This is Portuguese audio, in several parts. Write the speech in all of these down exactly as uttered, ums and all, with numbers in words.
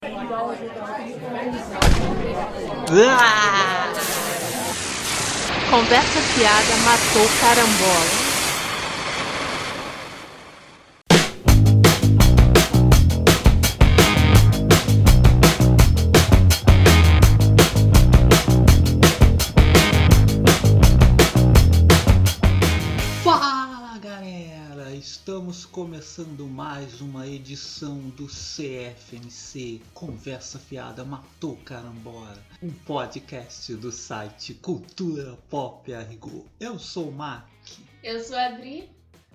Ah! Conversa fiada matou carambola. Fala galera, estamos começando mais uma edição do C F M C Conversa Fiada Matou Carambola, um podcast do site Cultura Pop a Rigor. Eu sou o Mac. Eu sou a Adri.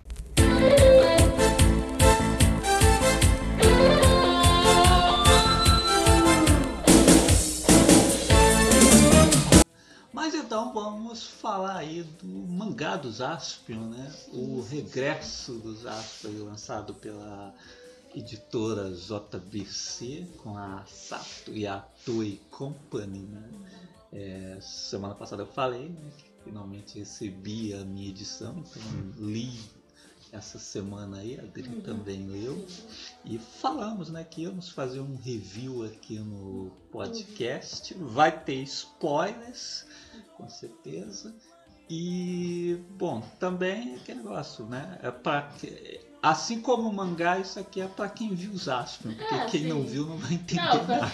Mas então vamos falar aí do mangá do Jaspion, né? O regresso do Jaspion, lançado pela editora J B C com a Sato e a Toei Company, né? É, semana passada eu falei, né, que finalmente recebi a minha edição, então li essa semana aí, a Adri uhum. também leu, e falamos, né, que íamos fazer um review aqui no podcast. Vai ter spoilers, com certeza. E, bom, também aquele negócio, né? É pra, assim como o mangá, isso aqui é pra quem viu os Jaspion, porque é, quem sim. não viu não vai entender não, nada.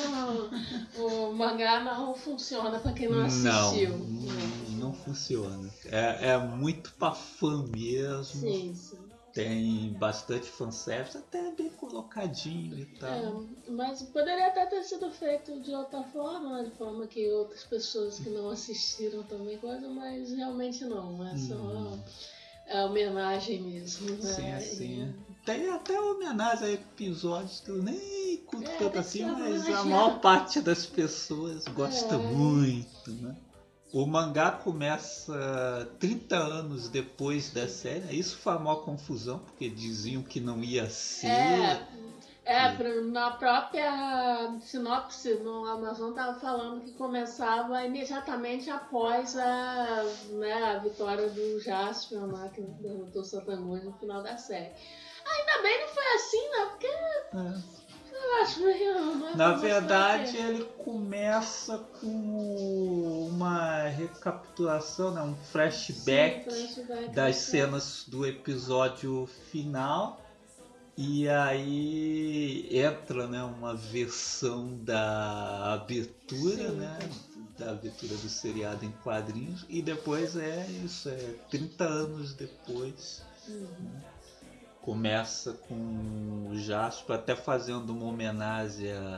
Não, o mangá não funciona pra quem não assistiu. Não, não, não funciona. É, é muito pra fã mesmo. Sim, sim. Tem bastante fanservice, até bem colocadinho e tal. É, mas poderia até ter sido feito de outra forma, de forma que outras pessoas que não assistiram também coisa, mas realmente não, é só hum. é homenagem mesmo. Né? Sim, assim. Tem até homenagem a episódios que eu nem curto é, tanto assim, mas a maior parte das pessoas gosta é. muito, né? O mangá começa trinta anos depois da série. Isso foi uma confusão, porque diziam que não ia ser. É, é e... na própria sinopse no Amazon estava falando que começava imediatamente após a, né, a vitória do Jaspion lá, que derrotou o Satanás no final da série. Ainda bem não foi assim, né? Porque... É. Eu acho meio... Na verdade, ele começa com uma recapitulação, né? um flashback, Sim, flashback das cenas do episódio final. E aí entra, né, uma versão da abertura, Sim. né? Da abertura do seriado em quadrinhos. E depois é isso, é trinta anos depois. Uhum. Né? Começa com o Jaspion até fazendo uma homenagem à,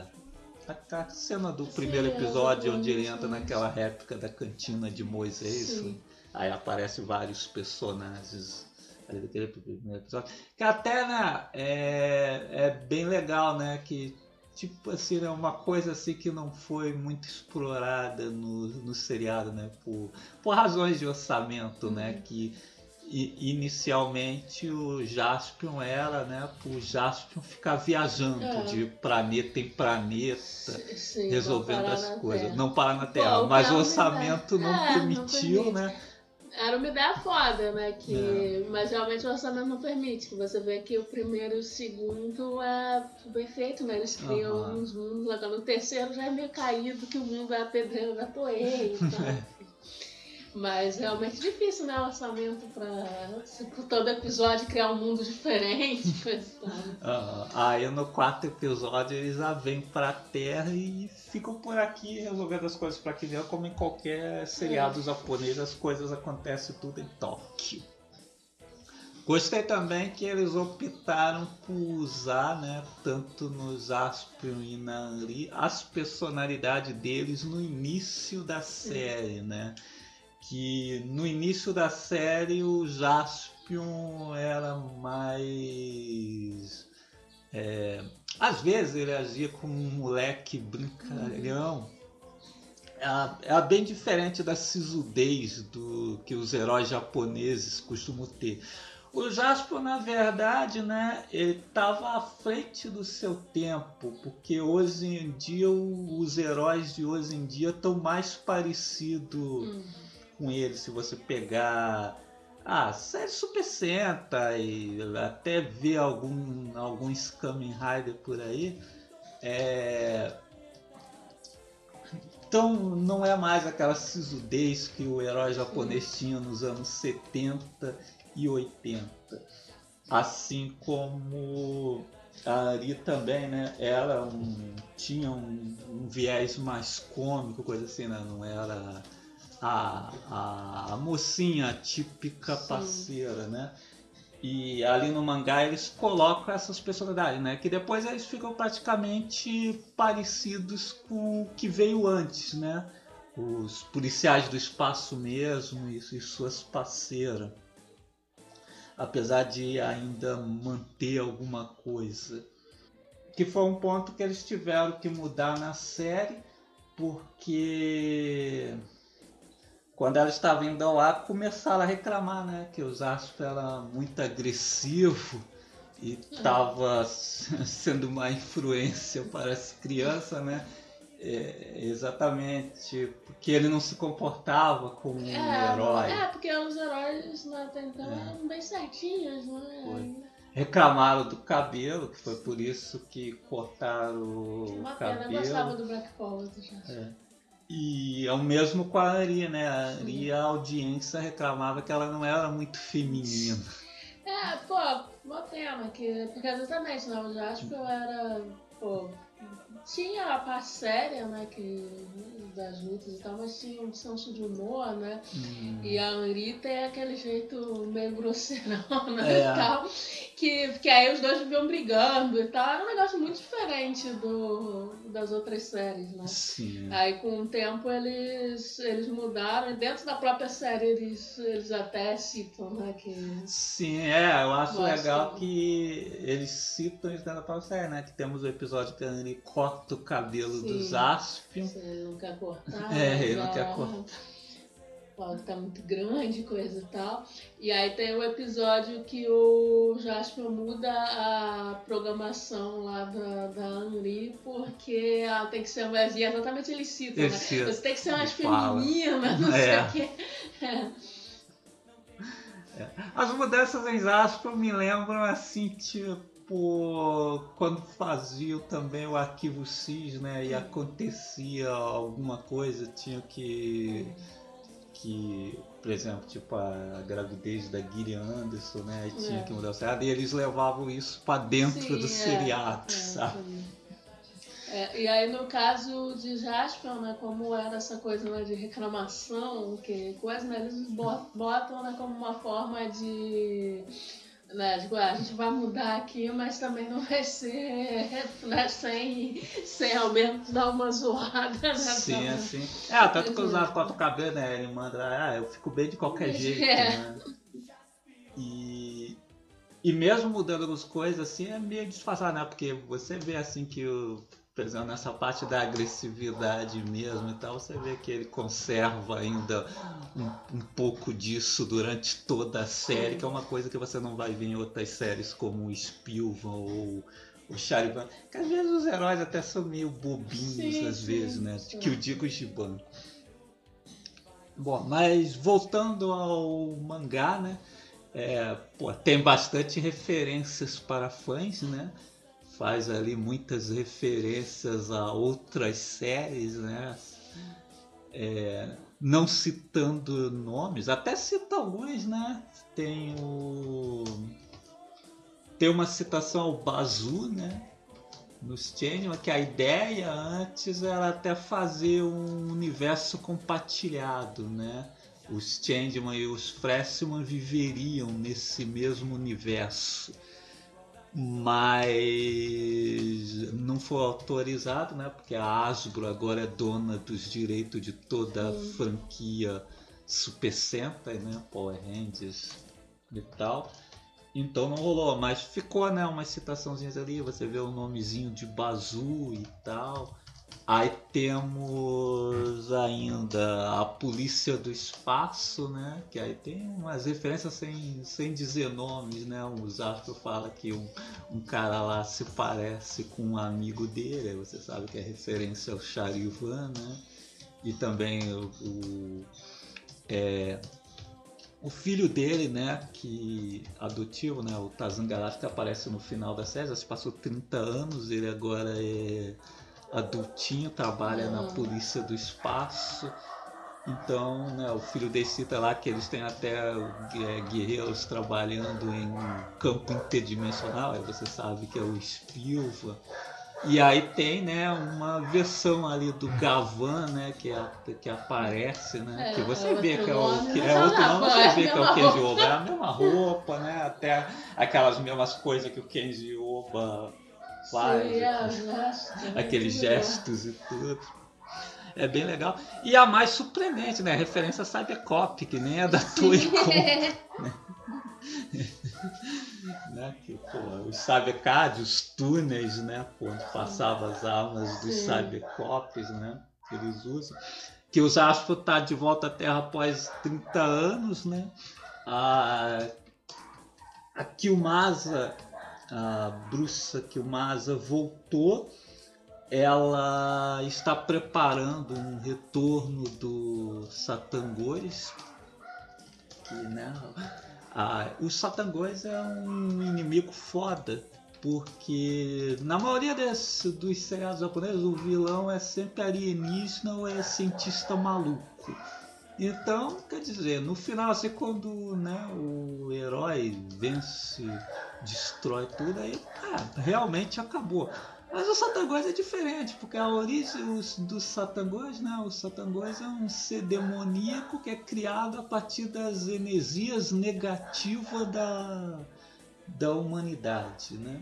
à cena do primeiro episódio, onde ele entra naquela réplica da cantina de Moisés. Sim. Aí aparecem vários personagens ali daquele primeiro episódio. Que até, né, é, é bem legal, né? Que tipo assim, é uma coisa assim que não foi muito explorada no, no seriado, né? Por, por razões de orçamento, uhum. né? Que E, inicialmente o Jaspion era, né, o Jaspion ficar viajando é. de planeta em planeta, Sim, resolvendo as coisas, terra. não parar na Terra, Pô, mas o orçamento não, é, permitiu, não né? Era uma ideia foda, né, que, é. mas realmente o orçamento não permite, que você vê que o primeiro e o segundo é bem feito, né, eles criam uhum. uns mundos, agora no terceiro já é meio caído, que o mundo é a pedreira da Toei e tal. Mas realmente difícil, né? O orçamento pra por todo episódio criar um mundo diferente. Coisa uh, aí no quarto episódio eles já vêm pra Terra e ficam por aqui resolvendo as coisas pra que como em qualquer seriado é. japonês, as coisas acontecem tudo em Tóquio. Gostei também que eles optaram por usar, né, tanto no Jaspion e na Anri, as personalidades deles no início da série, né? Que no início da série o Jaspion era mais... É, às vezes ele agia como um moleque brincalhão. É, é bem diferente da sisudez do que os heróis japoneses costumam ter. O Jaspion, na verdade, né, ele estava à frente do seu tempo, porque hoje em dia os heróis de hoje em dia estão mais parecidos... Hum. com ele, se você pegar a ah, série Super Sentai e até ver algum, alguns Kamen Rider por aí, É... Então não é mais aquela sisudez que o herói japonês tinha nos anos setenta e oitenta. Assim como a Ari também, né? Ela um, tinha um, um viés mais cômico, coisa assim, né? Não era a, a, a mocinha típica Sim. parceira, né? E ali no mangá eles colocam essas personalidades, né? Que depois eles ficam praticamente parecidos com o que veio antes, né? Os policiais do espaço mesmo e, e suas parceiras. Apesar de ainda manter alguma coisa. Que foi um ponto que eles tiveram que mudar na série, porque quando ela estava indo ao ar, começaram a reclamar, né? Que o Zasp era muito agressivo e estava sendo uma influência para as crianças, né? É, exatamente, porque ele não se comportava como um É, não, herói. é, porque os heróis né, até então É. eram bem certinhos, né? Foi. Reclamaram do cabelo, que foi por isso que cortaram o Uma pena, eu cabelo. gostava do Black Power, tu já. É. E é o mesmo com a Ari, né? A Ari, Sim. a audiência reclamava que ela não era muito feminina. É, pô, uma pena, que, porque exatamente, né, o Jasper era, pô, tinha a parte séria, né, que, das lutas e tal, mas tinha um senso de humor, né, Hum. e a Henri tem aquele jeito meio grosseirão, né, É. e tal, que, que aí os dois viviam brigando e tal, era um negócio muito diferente do, das outras séries, né. Sim. Aí com o tempo eles, eles mudaram, e dentro da própria série eles, eles até citam, né, que... Sim, é, eu acho Gosto. legal que eles citam isso dentro da própria série, né? Que temos o episódio que ele corta o cabelo Sim. do Zasp. Se ele não quer cortar, É, ele já não quer cortar. fala que tá muito grande, coisa e tal. E aí tem o episódio que o Jasper muda a programação lá da, da Henri, porque ela tem que ser mais... E exatamente eles citam, né? Esse- Você tem que ser mais ele fala. feminina, não sei É. o quê. É. As mudanças em Zasp eu me lembram assim, tipo, quando faziam também o arquivo X, né? E acontecia alguma coisa, tinha que. que por exemplo, tipo a gravidez da Gillian Anderson, né? E tinha É. que mudar o seriado, e eles levavam isso pra dentro Sim, do é, seriado, é, sabe? sim. É, e aí no caso de Jasper, né, como era essa coisa né, de reclamação, que coisa, né, eles botam né, como uma forma de, né, tipo, ah, a gente vai mudar aqui, mas também não vai ser né, sem, sem ao menos dar uma zoada, né? Sim, pra- assim. É, tanto que usava corta o cabelo, né? Ele manda, ah, eu fico bem de qualquer jeito, É. né? E, e mesmo mudando algumas coisas, assim, é meio disfarçado, né? Porque você vê, assim, que o, por exemplo, nessa parte da agressividade mesmo e tal, você vê que ele conserva ainda um, um pouco disso durante toda a série, que é uma coisa que você não vai ver em outras séries como o Spilvan ou o Charivan, que às vezes os heróis até são meio bobinhos, Sim, às sim, vezes, né? sim. Que eu digo o Giban. Bom, mas voltando ao mangá, né? É, pô, tem bastante referências para fãs, né? Faz ali muitas referências a outras séries, né? É, não citando nomes, até cita alguns, né? Tem o tem uma citação ao Bazoo, né? Nos Changeman, que a ideia antes era até fazer um universo compartilhado, né? Os Changeman e os Freshman viveriam nesse mesmo universo, mas não foi autorizado, né? Porque a Hasbro agora é dona dos direitos de toda a Sim. franquia Super Sentai, né? Power Rangers e tal. Então não rolou, mas ficou, né, umas citaçãozinhas ali, você vê o nomezinho de Bazoo e tal. Aí temos ainda a Polícia do Espaço, né, que aí tem umas referências sem, sem dizer nomes, né, o Zasper fala que um, um cara lá se parece com um amigo dele, aí você sabe que é referência ao Charivan, né, e também o... o é, O filho dele, né, que adotivo, né, o Tarzan Galáctico, que aparece no final da série, já se passou trinta anos, ele agora é adultinho, trabalha na polícia do espaço. Então, né, o filho dele cita lá que eles têm até é, guerreiros trabalhando em um campo interdimensional, aí você sabe que é o Spilva. E aí tem, né, uma versão ali do Gavan, né, que, é, que aparece, né, É, que você é vê que é o nome, que mas é é outro o nome, Gavan, você é vê a que é o mesma Kenji roupa. Oba, é a mesma roupa, né, até aquelas mesmas coisas que o Kenji Oba faz, Sim, é, gestos, aqueles tudo gestos e tudo. É bem legal. E a mais surpreendente, né? A referência a Cybercop, que nem é da Toei Con, né? Que, pô, os Cybercard, os túneis, né? Pô, onde passavam as armas dos Sim. Cybercops, né? Que eles usam. Que o Jasper tá de volta à Terra após trinta anos, né? A, a Killmasa, a bruxa Killmasa voltou. Ela está preparando um retorno do Satangores, que, né, ah, os Satangores é um inimigo foda, porque na maioria desse, dos seriados japoneses o vilão é sempre alienígena ou é cientista maluco. Então, quer dizer, no final, assim, quando, né, o herói vence, destrói tudo, aí ah, realmente acabou. Mas o Satangos é diferente, porque a origem dos Satangos, né, o Satangos é um ser demoníaco que é criado a partir das energias negativas da, da humanidade, né?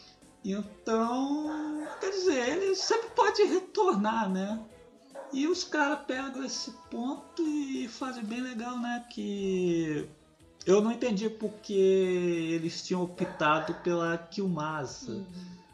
Então, quer dizer, ele sempre pode retornar, né? E os caras pegam esse ponto e fazem bem legal, né? Que eu não entendi porque eles tinham optado pela Killmasa, uhum.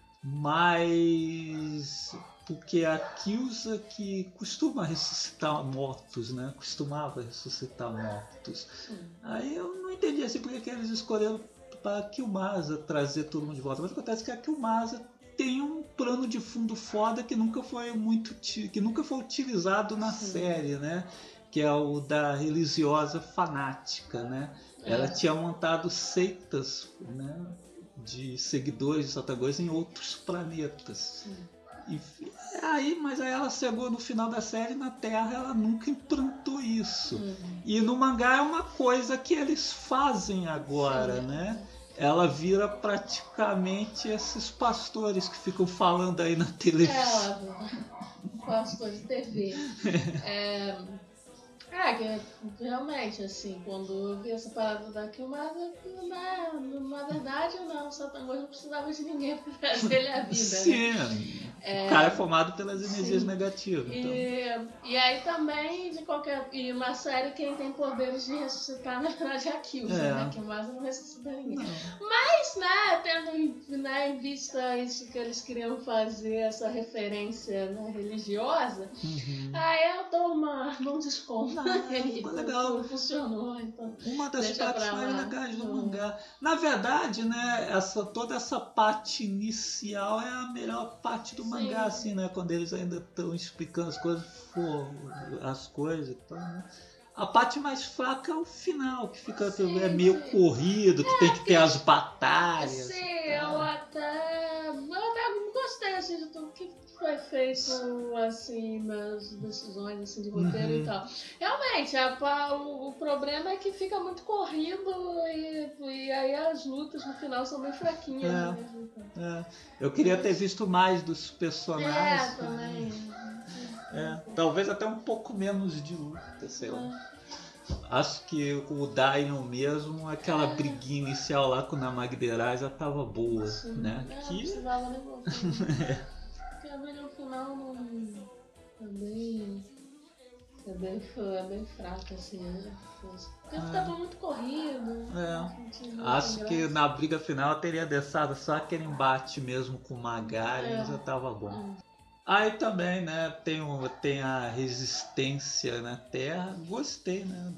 Mas porque a Kyusa que costuma ressuscitar mortos, né? Costumava ressuscitar mortos. Sim. Aí eu não entendi assim porque que eles escolheram para a Killmasa trazer todo mundo de volta. Mas acontece que a Killmasa tem um plano de fundo foda que nunca foi muito que nunca foi utilizado na Sim. série, né? Que é o da religiosa fanática, né? É. Ela tinha montado seitas, né, de seguidores de Satangos em outros planetas. Sim. E aí, mas aí ela chegou no final da série na Terra, ela nunca implantou isso. Uhum. E no mangá é uma coisa que eles fazem agora, Sim. né? Ela vira praticamente esses pastores que ficam falando aí na televisão. É, pastor de T V. É, é, que realmente, assim, quando eu vi essa parada da Killmasa, na, na verdade, não, o Satangos não precisava de ninguém pra trazer ele à vida, Sim, né? É, o cara é formado pelas energias sim. negativas. Então. E, e aí também, de qualquer. E na série, quem tem poderes de ressuscitar, na verdade, é a Kyusa, é. né? Que o Masa não ressuscita ninguém. Não. Mas, né, tendo né, em vista isso que eles queriam fazer, essa referência né, religiosa, uhum. aí eu dou uma, um desconto. Não, ficou legal. Não funcionou, então. Uma das partes mais legais do mangá. Na verdade, né, essa, toda essa parte inicial é a melhor parte do Sim. mangá, assim, né? Quando eles ainda estão explicando as coisas, for, as coisas e tal, né? A parte mais fraca é o final, que fica sim, é meio sim. corrido, que é, tem que ter as batalhas. Sim, eu até, eu até gostei assim, de tudo que foi feito assim, nas decisões assim, de roteiro uhum. e tal. Realmente, a, o, o problema é que fica muito corrido e, e aí as lutas no final são bem fraquinhas. É, mesmo. É. Eu queria ter visto mais dos personagens. É, também. É, talvez até um pouco menos de luta, sei lá. Acho que o Daion mesmo, aquela é. briguinha inicial lá com o Namagderai já tava boa, Sim. né? É, que... não precisava nem voltar. é. Porque a briga no final não... é bem... é bem, é bem fraca, assim, né? Porque é. ficava muito corrido. É. Acho que graça. Na briga final eu teria deixado só aquele embate mesmo com o Magaren é. já tava bom. É. Aí também, né, tem, o, tem a resistência na Terra. Gostei, né,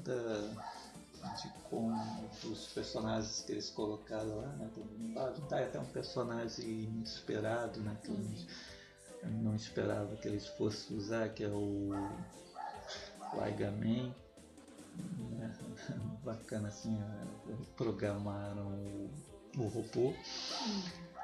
da, de como os personagens que eles colocaram lá, né, tá até um personagem inesperado, né, que eu não, não esperava que eles fossem usar, que é o Waigaman. né? Bacana assim, programaram o, o robô. Hum.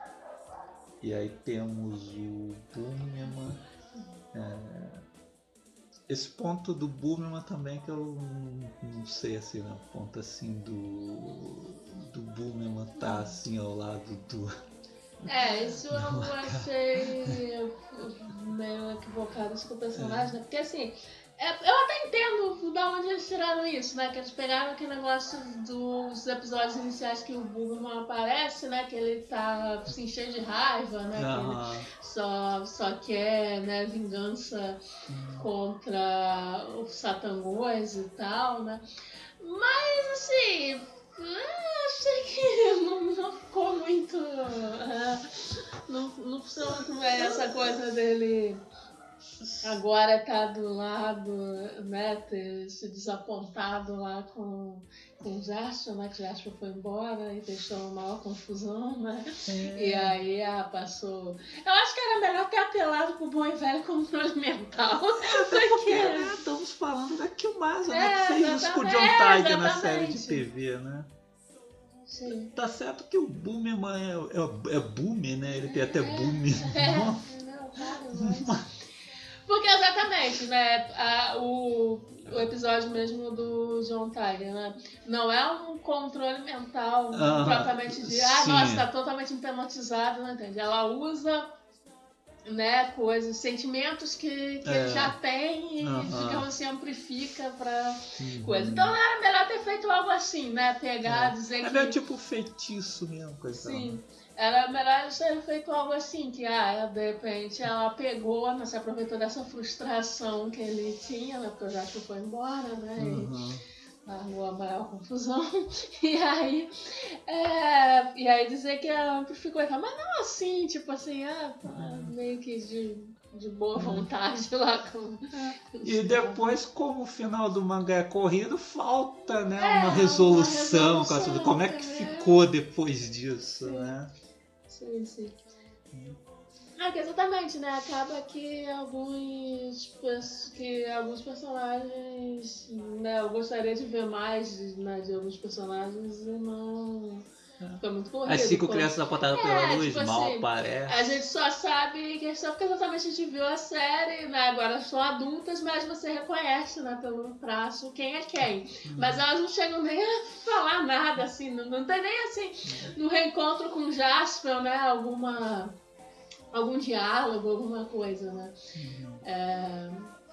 E aí temos o Boomerman. É, esse ponto do Boomerman também que eu não, não sei assim, né? O ponto assim do, do Boomerman tá assim ao lado do... É, isso eu achei meio equivocado isso com o personagem, né? Porque assim, é, eu até entendo de onde eles tiraram isso, né? Que eles pegaram aquele negócio dos episódios iniciais que o Boomerman aparece, né? Que ele tá assim, cheio de raiva, né? Uhum. Que ele só, só quer, né, vingança uhum. contra o Satangos e tal, né? Mas assim... Eu achei que não, não ficou muito. Uh, não, não funcionou muito bem essa coisa dele agora tá do lado, né? Ter se desapontado lá com, com o Jasper, né? Que o Jasper foi embora e deixou uma maior confusão, né? É. E aí ah, passou. Eu acho que era melhor ter apelado pro bom e velho controle mental. Até porque né, estamos falando da Killmasa, né? Que fez isso com o John Tiger na série de T V, né? Sim. Tá certo que o Boomerman é, é, é Boomer, né? Ele tem até é, Boomer. É, não, claro, mas... Porque exatamente, né? A, o, o episódio mesmo do John Tiger, né? Não é um controle mental uh-huh. propriamente de ah, Sim. nossa, tá totalmente hipnotizado, não entende? Ela usa, né, coisas, sentimentos que, que é. ele já tem e, uh-huh. digamos assim, amplifica pra uhum. coisa. Então era melhor ter feito algo assim, né? Pegar, é. dizer é que... É meio tipo feitiço mesmo, coisa. Sim. Era melhor ter feito algo assim, que ah, de repente ela pegou, né, se aproveitou dessa frustração que ele tinha, né? Porque o Jasper foi embora, né? Uhum. E largou a maior confusão. E aí, é, e aí dizer que ela amplificou e tal, mas não assim, tipo assim, ah, meio que de, de boa vontade lá com. E depois, como o final do mangá é corrido, falta, né, é, uma resolução, uma resolução com como é que ficou depois disso, sim. né? Sim, sim. Ah, que exatamente, né? Acaba que alguns, que alguns personagens, né? Eu gostaria de ver mais, né, de alguns personagens e não... Fica muito corrido. As cinco crianças apontadas é, pela luz, tipo mal assim, aparece. A gente só sabe que só porque exatamente a gente viu a série, né? Agora são adultas, mas você reconhece, né, pelo traço quem é quem. Hum. Mas elas não chegam nem a falar nada, assim, não, não tem nem assim, no reencontro com o Jasper, né? Alguma. Algum diálogo, alguma coisa, né? Hum. É...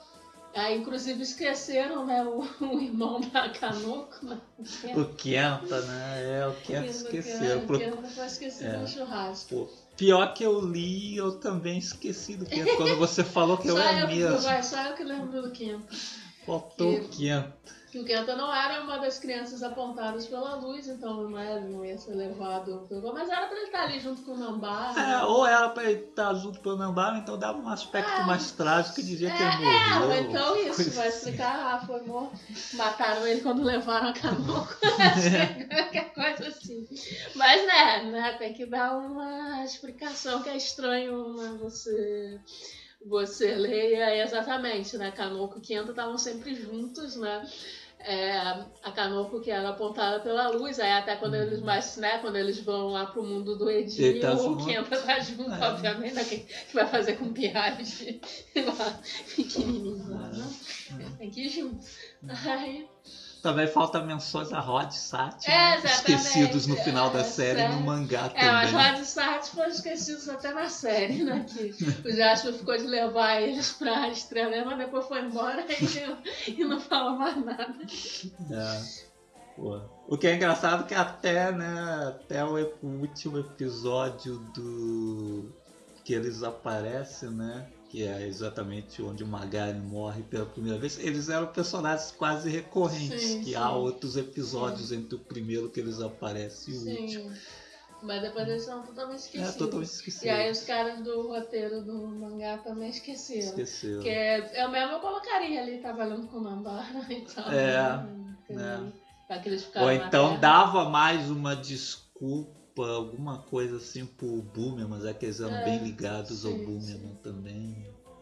Aí, inclusive, esqueceram, né, o, o irmão da Kanoko, né? O Kenta, né? É, o Kenta esqueceu. O Kenta foi esquecido é. no churrasco. Pô, pior que eu li, eu também esqueci do Kenta. Quando você falou que eu era mesmo. Vai, só eu que lembro do Kenta. Faltou que, o Kenta. Que o Kenta não era uma das crianças apontadas pela luz, então não, era, não ia ser levado pelo... Mas era pra ele estar ali junto com o Nambara. É, né? Ou era pra ele estar junto com o Nambara, então dava um aspecto é, mais trágico que dizia é, que ele morreu. É, ou então isso, vai explicar, ah, foi morto. Mataram ele quando levaram a Kanoko. Qualquer coisa assim. Mas, né, né, tem que dar uma explicação que é estranho, né, você... Você leia exatamente, né? Kanoko e Kenta estavam sempre juntos, né? É, a Kanoko que era apontada pela luz, aí até quando eles mais, né? Quando eles vão lá pro mundo do Edinho, tá o Kenta tá junto, é. obviamente, né? Que, que vai fazer com piadas pequenininho, né? Tem que ir junto. Aí... Também falta menções a Rod Sat, é, né? Esquecidos no final da é, série e no mangá é, também. É, mas Rod Sat foram esquecidos até na série, né? Que o Jasper ficou de levar eles pra estrela, mas depois foi embora e, e não falou mais nada. É. Pô. O que é engraçado é que até, né, até o último episódio do que eles aparecem, né? Que é exatamente onde o Magari morre pela primeira vez, eles eram personagens quase recorrentes, sim, que sim. há outros episódios sim. entre o primeiro que eles aparecem e o sim. último. Mas depois eles são totalmente esquecidos. É, totalmente esquecidos. E aí os caras do roteiro do mangá também esqueceram. Esqueceram. Que é, eu mesmo eu colocaria ali trabalhando com Nambara e tal. É, né? É. Ou então dava mais uma desculpa, alguma coisa assim pro Boomerman, mas é que eles eram é, bem ligados sim, ao Boomerman sim. também.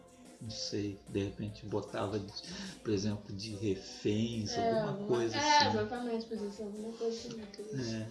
não sei, de repente botava, de, por exemplo, de reféns, É, alguma coisa é, assim. exatamente, podia ser alguma coisa assim. É.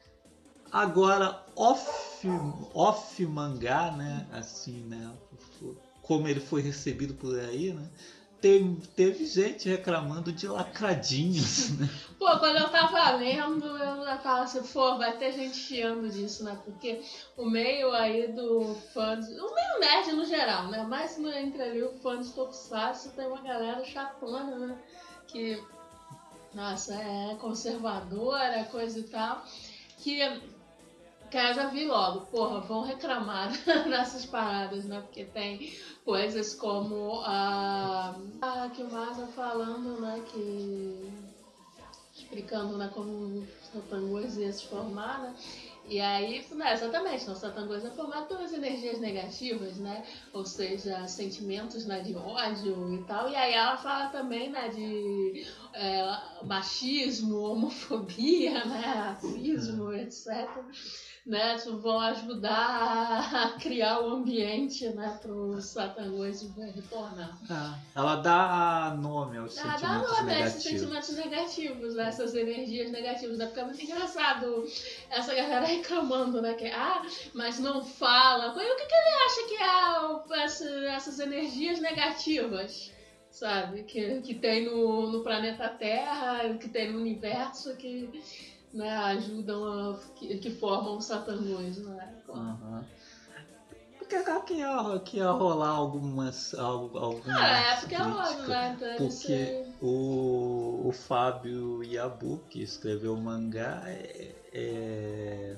Agora, off, off mangá, né? Assim, né? Como ele foi recebido por aí, né? Teve, teve gente reclamando de lacradinhos, né? Pô, quando eu tava lendo, eu já tava assim, pô, vai ter gente chiando disso, né? Porque o meio aí do fã, de, o meio nerd no geral, né? Mas no, entre ali o fã de Tokusatsu tem uma galera chatona, né? Que, nossa, é conservadora, coisa e tal. Que, que eu já vi logo, porra, vão reclamar nessas paradas, né? Porque tem coisas como a, a que o Masa falando, né? Que explicando, né, como o Satangos ia se formar, né? E aí, né, exatamente, o Satangos é formado pelas energias negativas, né? Ou seja, sentimentos, né, de ódio e tal. E aí ela fala também, né, de é, machismo, homofobia, né, racismo, etcétera. Né, vão ajudar a criar o ambiente, né, para o Satangos retornar. Ah, ela dá nome aos Ah, dá sentimentos nome a esses negativos. sentimentos negativos, né? Essas energias negativas, né? Porque é muito engraçado essa galera reclamando, né? Que, ah, mas não fala. E o que, que ele acha que é essa, essas energias negativas, sabe? Que, que tem no, no planeta Terra, que tem no universo, que, né, ajudam, a, que, que formam os Satangos, né? Uhum. Porque que ia, que ia rolar algumas, algumas Ah, é porque é críticas. óbvio, né? Então, Porque esse... o, o Fábio Yabu, que escreveu o mangá, é, é,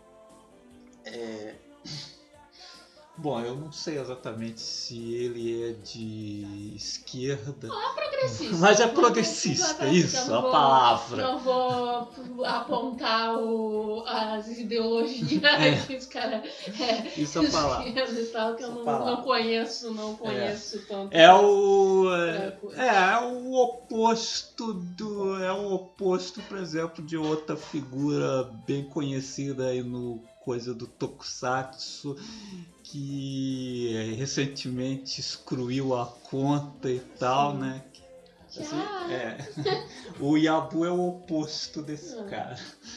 é... Bom, eu não sei exatamente se ele é de esquerda. Ah, progressista. Mas é progressista, isso, a vou, palavra. Não vou apontar o, as ideologias É. que os caras é, Isso é a palavra. e tal, que eu não, não conheço, não conheço é. tanto. É o é, é o oposto do é o oposto, por exemplo, de outra figura bem conhecida aí no coisa do Tokusatsu, que recentemente excluiu a conta e tal, Sim. né? Assim, é. O Yabu é o oposto desse é. cara.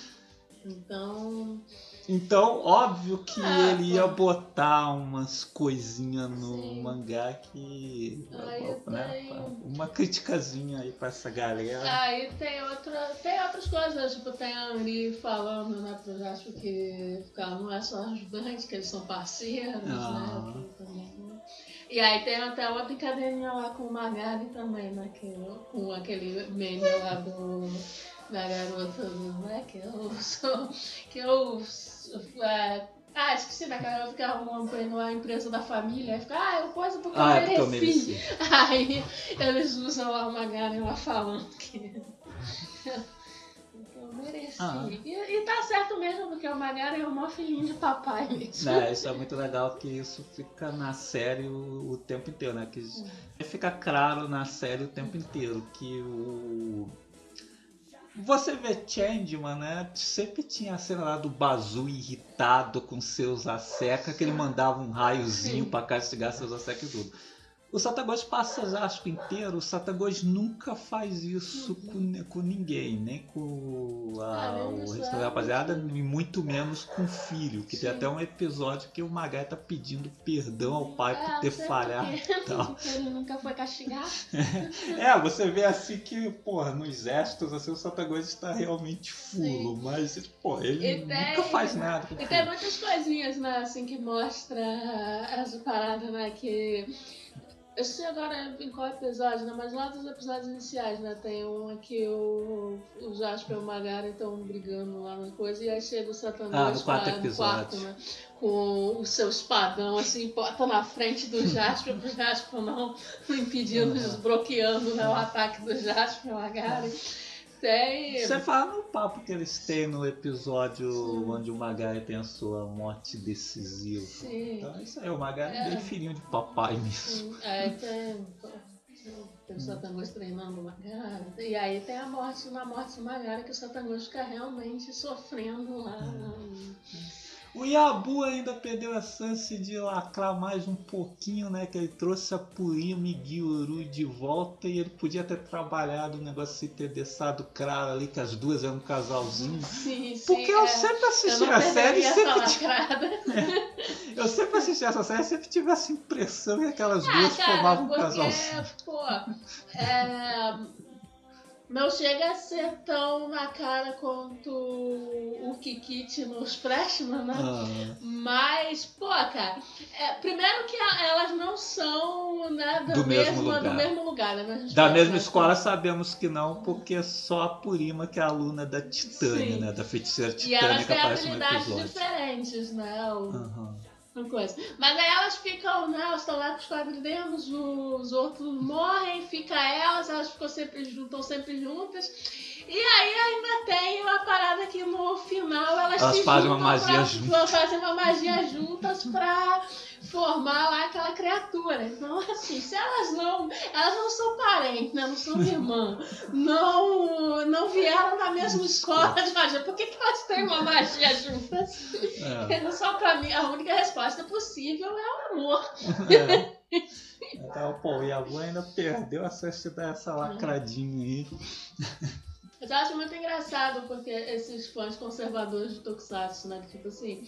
Então... Então, óbvio que ah, ele ia pô. botar umas coisinhas no Sim. mangá que... Né, tem... uma criticazinha aí pra essa galera. Aí tem, outra, tem outras coisas, tipo, tem a Anri falando, né, pro Jasper que ela não é só ajudante, que eles são parceiros, ah. né, também... E aí tem até uma brincadeirinha lá com o Magari também, né? Que, com aquele meme lá do, da garota, né? Que eu sou. Que eu. É, ah, esqueci da garota que arrumou uma empresa da família. Aí fica, ah, eu coisa porque ah, eu, mereci. É porque eu mereci. Aí eles usam lá o Magari lá falando que. Mereci. Ah. E, e tá certo mesmo, porque o Magari é o maior filhinho de papai mesmo. É, isso é muito legal, que isso fica na série o, o tempo inteiro, né? Que hum. fica claro na série o tempo inteiro que o... Você vê Changeman, né? Sempre tinha a cena lá do Bazu irritado com seus Aseca, que ele mandava um raiozinho Sim. pra castigar seus Aseca e tudo. O Satangos passa o Jasper inteiro, o Satangos nunca faz isso uhum. com, com ninguém, nem com a, ah, o resto da rapaziada, e muito menos com o filho, que Sim. tem até um episódio que o Magai tá pedindo perdão ao pai é, por ter falhado. Porque ele nunca foi castigado. É, você vê assim que, porra, nos exércitos assim, o Satangos está realmente fulo, Sim. mas, porra, ele e nunca tem, faz nada. Com e tem muitas coisinhas, né, assim, que mostra essa parada, né, que... Eu sei agora em qual episódio, né? Mas lá dos episódios iniciais, né? Tem um que o, o Jasper e o Magari estão brigando lá na coisa, e aí chega o Satanás ah, no quarto, pra, no quarto, né? Com o seu espadão, assim, bota na frente do Jasper, pro Jasper não, não impedindo, uhum. desbloqueando né, o ataque do Jasper e o Magari. Tem... Você fala no papo que eles têm no episódio Sim. onde o Magari tem a sua morte decisiva. Sim. Então isso aí, o Magari é bem filhinho de papai mesmo. Sim. Aí tem, tem o Satangos treinando o Magari. E aí tem a morte, na morte do Magari, que o Satangos fica realmente sofrendo lá. Hum. O Yabu ainda perdeu a chance de lacrar mais um pouquinho, né? Que ele trouxe a Purima e Gyuru de volta e ele podia ter trabalhado o negócio de ter deixado claro ali que as duas eram um casalzinho. Sim, sim. Porque eu é. sempre assisti eu a série e sempre essa tive... é. Eu sempre assisti essa série e sempre tive essa impressão que aquelas Ah, duas cara, formavam um porque, casalzinho. pô, é, não chega a ser tão na cara quanto o Kikiti nos Freshmen, né? Ah, Mas, pô, cara, é, primeiro que a- elas não são, né, da Do mesmo mesma- lugar. do mesmo lugar, né? Mas da pode mesma ser, escola sabemos que não, porque só a Purima que é aluna da Titânia, Sim. né? Da feiticeira E elas Titânia que têm aparece no habilidades episódio. diferentes, né? O- Aham. uma coisa. Mas aí elas ficam, né? Elas estão lá com os quadrinhos, os outros morrem, fica elas, elas ficam sempre juntas, estão sempre juntas. E aí ainda tem uma parada que no final elas, Elas se fazem uma juntam magia pra, juntas. fazem uma magia juntas pra formar lá aquela criatura. Então, assim, se elas não. Elas não são parentes, né? Não são irmãs. Não, não vieram da mesma escola de magia. Por que, que elas têm uma magia juntas? É. Só pra mim, a única resposta possível é o amor. É. Então, pô, o Yabu ainda perdeu a chance de dar essa lacradinha aí. Mas eu acho muito engraçado porque esses fãs conservadores de Tokusatsu, né? Que, tipo assim,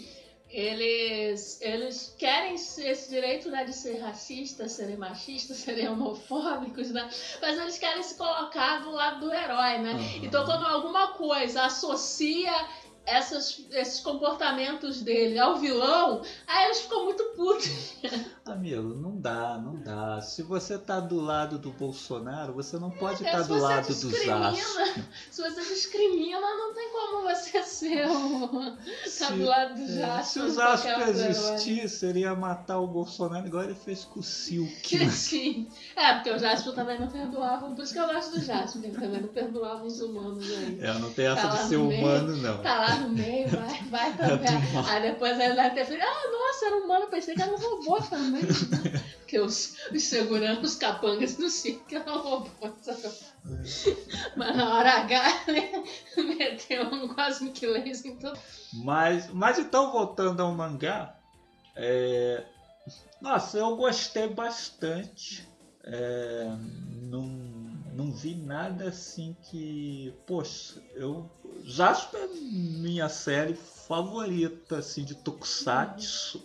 eles, eles querem esse direito, né, de ser racistas, serem machistas, serem homofóbicos, né? Mas eles querem se colocar do lado do herói, né? Uhum. Então quando alguma coisa associa essas, esses comportamentos dele ao vilão, aí eles ficam muito putos. Amigo, não dá, não dá. Se você tá do lado do Bolsonaro, você não pode É, estar se do você lado do discrimina, Zasp. Se você discrimina, não tem como você ser o... tá do lado do É, Jasper. se o Zasp existir, seria matar o Bolsonaro igual ele fez com o Silk. Né? Sim. É, porque o Jasper também não perdoava. Por isso que eu gosto do Jasper, ele também não perdoava os humanos aí. É, não tem essa Tá lá de ser no meio, humano, não. Tá lá no meio, vai, vai É também. do mal. Aí depois ele deve ter feito, ah, nossa, era humano, pensei que era um robô também. Porque os, os seguranças, os capangas do circo eram robôs. Mas na hora H, né, meteu um Cosmic Laser em todo. Mas, mas então, voltando ao mangá, é... nossa, eu gostei bastante. É... Não, não vi nada assim que... Poxa, eu... Jasper é minha série favorita assim, de Tokusatsu.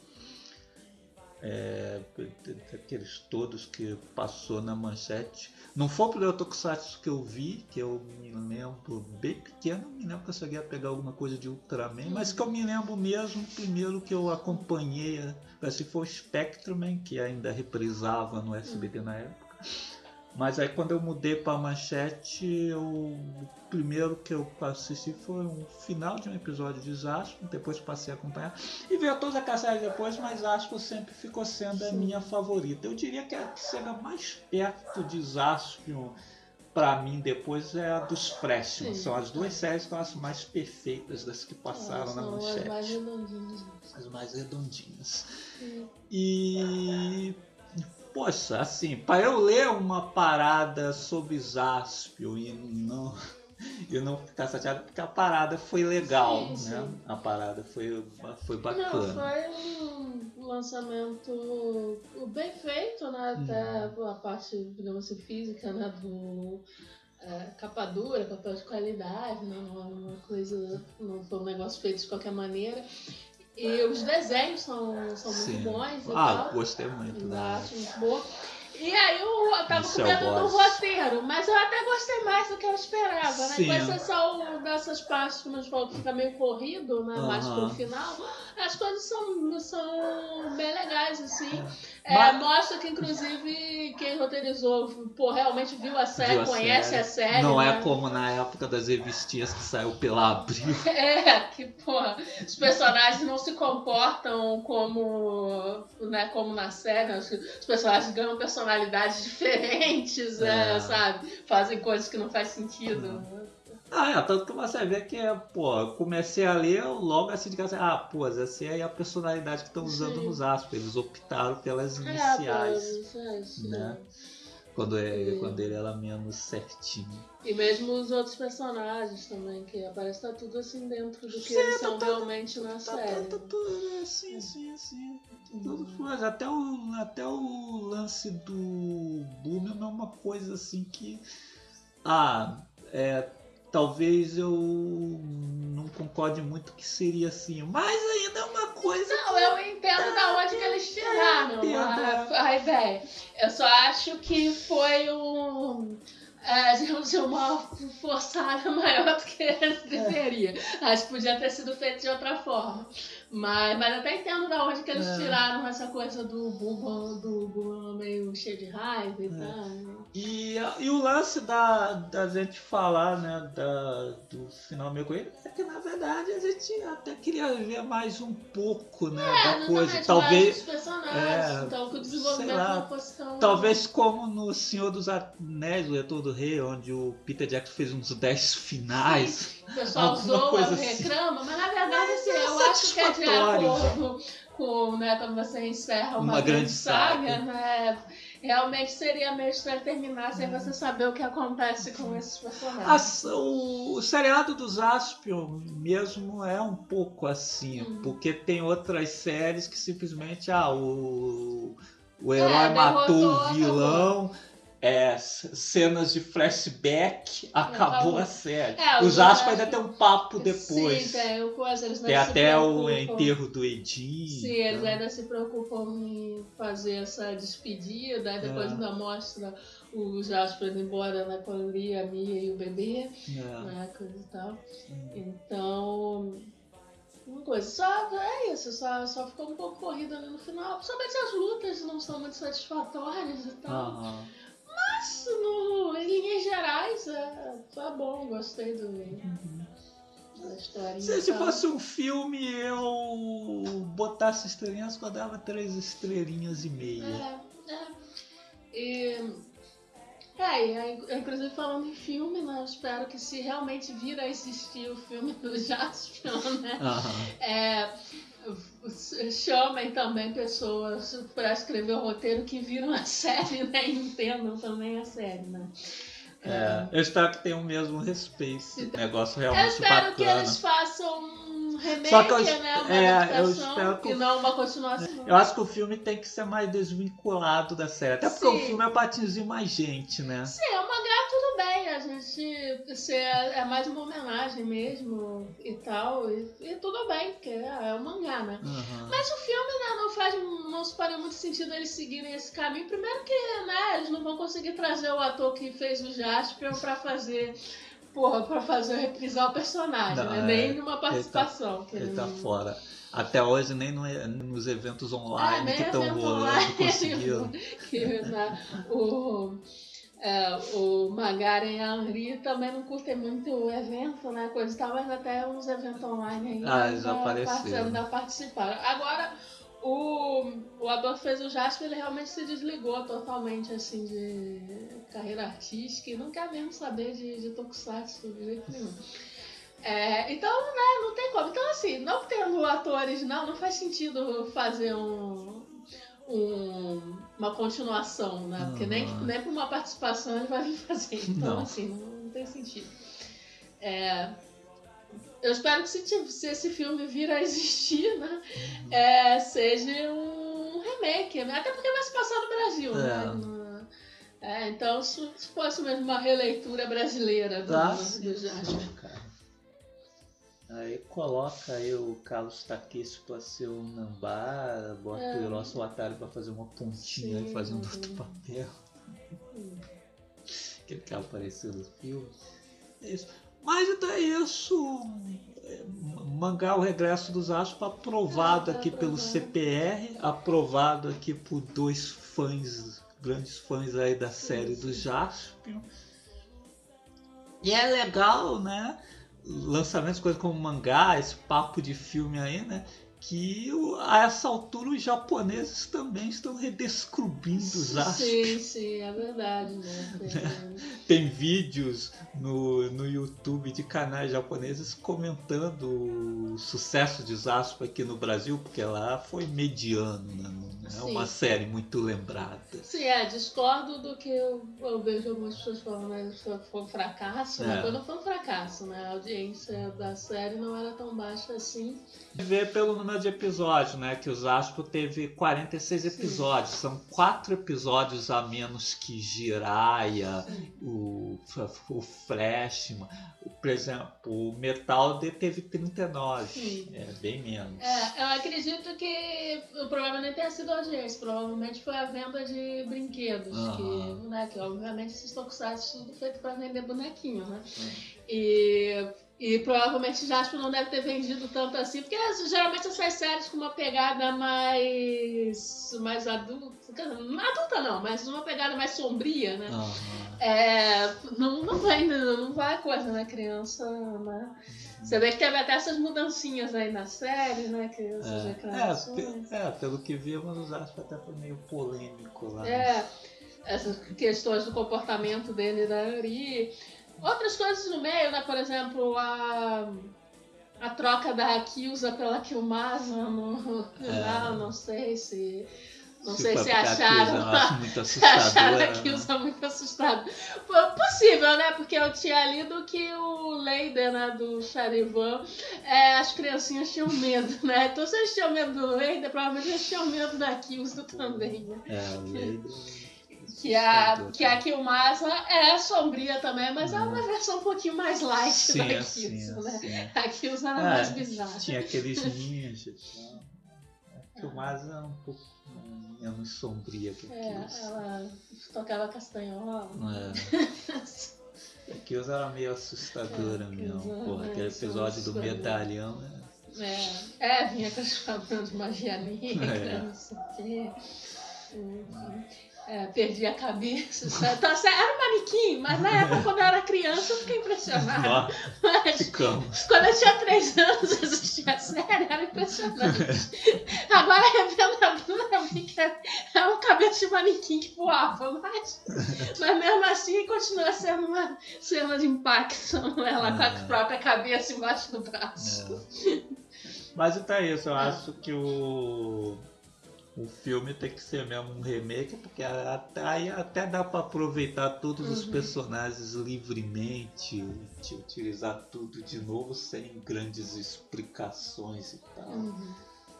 É, daqueles todos que passou na manchete. Não foi o primeiro Tokusatsu que eu vi, que eu me lembro bem pequeno, me lembro que eu cheguei a pegar alguma coisa de Ultraman, uhum. Mas que eu me lembro mesmo, o primeiro que eu acompanhei, assim, foi o Spectreman, que ainda reprisava no S B T uhum. na época. Mas aí quando eu mudei para a manchete, eu, o primeiro que eu assisti foi um final de um episódio de Zaspo, depois passei a acompanhar. E veio toda a série depois, mas Zaspo sempre ficou sendo a minha favorita. Eu diria que a que chega mais perto de Zaspo para mim depois é a dos Freshmen. São as duas séries que eu acho mais perfeitas das que passaram ah, na manchete. As mais redondinhas. As mais redondinhas. Sim. E... Poxa, assim, para eu ler uma parada sobre Zaspio e não, e não ficar chateado, porque a parada foi legal, sim, né? Sim. A parada foi, foi bacana. Não, foi um lançamento bem feito, né? Até hum. a parte, digamos assim, física, né? Do é, capa dura, papel de qualidade, né? Não é uma coisa, não foi um negócio feito de qualquer maneira. E os desenhos são, são muito bons. E ah, tal. Gostei muito. Né? Acho muito boa. E aí eu, eu tava com medo do roteiro, mas eu até gostei mais do que eu esperava, né? Com exceção dessas partes que a gente falou que fica meio corrido, né? Uh-huh. Mais pro final, as coisas são, são bem legais, assim. É, mas... Mostra que, inclusive, quem roteirizou, pô, realmente viu a série, viu a conhece série. a série. Não né? é como na época das revistinhas que saiu pela Abril. É, que, pô, os personagens não se comportam como, né, como na série, os, os personagens ganham personalidades diferentes, é. É, sabe? Fazem coisas que não faz sentido. Uhum. Ah, é, tanto que você vê que, pô, eu comecei a ler logo assim de casa, ah, pô, essa é a personalidade que estão usando Sim. nos Aspas, eles optaram pelas iniciais, é, pelas iniciais, né? Quando, é, E... quando ele era menos certinho. E mesmo os outros personagens também, que aparece, tá tudo assim dentro do que Sim, eles tá, são tá, realmente na tá, série. Tá, tá, tudo assim, assim, assim. Tudo fluido. Até o, até o lance do Boomer é uma coisa assim que. Ah, é. Talvez eu não concorde muito que seria assim, mas ainda é uma coisa. Não, eu entendo da onde que eles tiraram É, a, a ideia. Eu só acho que foi um. É, digamos, uma forçada maior do que deveria. Acho que podia ter sido feito de outra forma. Mas, mas até entendo da onde que eles É. tiraram essa coisa do Bubba, do Bubba meio cheio de raiva e É. tal. E, e o lance da, da gente falar, né, da, do final meio com ele, é que na verdade a gente até queria ver mais um pouco, né, É, da coisa. mais Talvez. os personagens, É, então que o sei desenvolvimento lá, não fosse tão... Talvez como no Senhor dos Anéis, o Retorno do Rei, onde o Peter Jackson fez uns dez finais. Sim, o pessoal alguma zoa, coisa assim. reclama, mas na verdade assim, é eu acho que é de satisfatório. acordo com, né, quando você encerra uma, Uma grande, grande saga, saga. né? Realmente seria meio estranho terminar sem você saber o que acontece com esses personagens. As- o, o seriado dos Aspion mesmo é um pouco assim, Hum. porque tem outras séries que simplesmente ah, o, o herói É, matou derrotou, o vilão, é, c- cenas de flashback, acabou Acabou. a série. É, os os Aspion outros ainda tem um papo depois. Sim, tem o coisa, eles Tem não se até o preocupam. enterro do Edinho. Sim, eles ainda se preocupam em fazer essa despedida, aí depois É. ainda mostra o Jasper indo embora, né, com a Lia, a Mia e o bebê, É. né, coisa e tal. Então, uma coisa, só é isso, só, só ficou um pouco corrido ali no final, principalmente as lutas não são muito satisfatórias e tal. Aham. Mas, no, em linhas gerais, é, tá bom, gostei do... da historinha. Se, e se tal. fosse um filme, eu botasse estrelinhas, eu dava três estrelinhas e meia. É, é. E, é, e aí, inclusive falando em filme, né, eu espero que se realmente vir a existir o filme do Jaspion, né, Aham. é, chamem também pessoas para escrever o roteiro que viram a série, né, e entendam também a série, né. É, eu espero que tenha o mesmo respeito. Se- Um negócio Eu realmente espero bacana. que eles façam um remake, Só que eu, né, uma é, eu adaptação espero que e o, não uma continuação. eu acho que o filme tem que ser mais desvinculado da série. Até porque Sim. o filme é pra atingir mais gente, né? Sim, é uma mangá, tudo bem, a gente se é, é mais uma homenagem mesmo e tal, e, e tudo bem, porque é, é um mangá, né? Uhum. Mas o filme, né, não faz, não se faria muito sentido eles seguirem esse caminho. Primeiro que, né, eles não vão conseguir trazer o ator que fez o Jaspion pra fazer, porra, pra fazer reprisar o personagem, Não, né? é, Nem numa participação. Ele tá, que ele tá não... fora. Até hoje, nem no, nos eventos online Ah, nem que estão evento rolando, online, conseguiram. que, né, o... É, o Magaren e a Henri também não curtem muito o evento, né? Coisa e tal, mas até uns eventos online aí Ah, eles ainda, apareceram. ainda participaram. Agora, o, o ator que fez o Jasper, ele realmente se desligou totalmente assim de carreira artística e não quer mesmo saber de, de Tokusatsu de jeito nenhum. É, então, né, não tem como. Então, assim, não tendo atores, não, não faz sentido fazer um. Um, uma continuação, né? Porque nem, Uhum. nem por uma participação ele vai vir fazer. Então, Não. assim, não, não tem sentido. É, eu espero que se, se esse filme vir a existir, né? Uhum. É, seja um remake. Até porque vai se passar no Brasil, É. né? No, é, então, se, se fosse mesmo uma releitura brasileira do, Tá, do sim, Jasper. sim, cara. Aí coloca aí o Carlos Takeshi pra ser o Nambara, bota É. o Hiroshi Watari pra fazer uma pontinha Sim, e fazendo mas outro é. papel. Que ele quer aparecer no filme. É isso. Mas então é isso. É, Mangá O Regresso dos Astros, aprovado Ah, tá aqui pelo aprovado. C P R, aprovado aqui por dois fãs, grandes fãs aí da série do Jaspion. E é legal, né? Lançamentos, coisas como mangá, esse papo de filme aí, né? que a essa altura os japoneses também estão redescobrindo os astros. Sim, sim, é verdade, né? Tem, Tem vídeos no, no YouTube de canais japoneses comentando o sucesso de Zaspa aqui no Brasil, porque lá foi mediano, né? Não é Sim. uma série muito lembrada. Sim, é, discordo do que eu, eu vejo algumas pessoas falando, mas foi um fracasso, né? É. Quando foi um fracasso, né? A audiência da série não era tão baixa assim. Vê pelo número de episódios, né? Que o Zaspa teve quarenta e seis episódios. Sim. São quatro episódios a menos que Jiraiya, o, o Flashman. Por exemplo, o Metalder teve trinta e nove. Sim. É bem menos. É, eu acredito que o problema nem tenha sido a audiência. Provavelmente foi a venda de brinquedos. Uhum. Que, né, que obviamente esses tokusatsu tudo feito para vender bonequinho, né? Uhum. E... E provavelmente Jasper não deve ter vendido tanto assim, porque geralmente essas séries com uma pegada mais, mais adulta, não adulta não, mas uma pegada mais sombria, né? Uhum. É, não, não, vai, não vai coisa na criança, né? Você vê que teve até essas mudancinhas aí na série, né? Que essas é, é, é, pelo que vimos, o Jasper até foi meio polêmico lá. É, essas questões do comportamento dele e da Yuri. Outras coisas no meio, né? Por exemplo, a, a troca da Akiusa pela Killmasa no final, é. não sei se... Não se sei se acharam a muito acharam a Akiusa muito assustada. Foi possível, né? Porque eu tinha lido que o Leider, né, do Charivan, é, as criancinhas tinham medo, né? Então se eles tinham medo do Leider, provavelmente eles tinham medo da Akiusa também, né? É, o Leider... Que a, que a Killmasa é sombria também, mas é uma versão um pouquinho mais light sim, da Akiusa, né? Sim. A Akiusa era é, mais bizarra. Tinha aqueles ninjas. A Killmasa é um pouco menos sombria que a Akiusa. É, ela tocava castanhola. É. A Akiusa era meio assustadora é, mesmo. Porra, aquele episódio do medalhão, né? É, é, vinha com as falando de magia negra, é. não sei o quê. Uhum. É, perdi a cabeça. Então, assim, era um manequim, mas na época, quando eu era criança, eu fiquei impressionada. Mas ficamos. Quando eu tinha três anos, assistia a série, era impressionante. Agora, revendo a bunda, eu vi que era uma cabeça de manequim que voava, mas, mas mesmo assim, continua sendo uma cena de impacto, ela é. com a própria cabeça embaixo do braço. É. Mas então é isso, eu é. acho que o... O filme tem que ser mesmo um remake, porque até, aí até dá para aproveitar todos uhum. os personagens livremente, utilizar tudo de novo sem grandes explicações e tal. Uhum.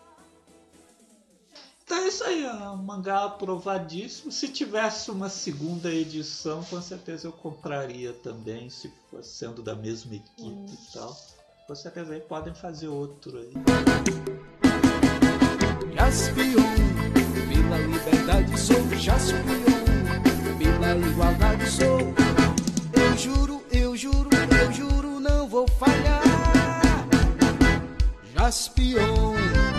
Então é isso aí, é um mangá aprovadíssimo. Se tivesse uma segunda edição, com certeza eu compraria também, se for sendo da mesma equipe uhum. e tal. Com certeza aí podem fazer outro aí. Jaspion, pela liberdade sou Jaspion, pela igualdade sou. Eu juro, eu juro, eu juro, não vou falhar. Jaspion.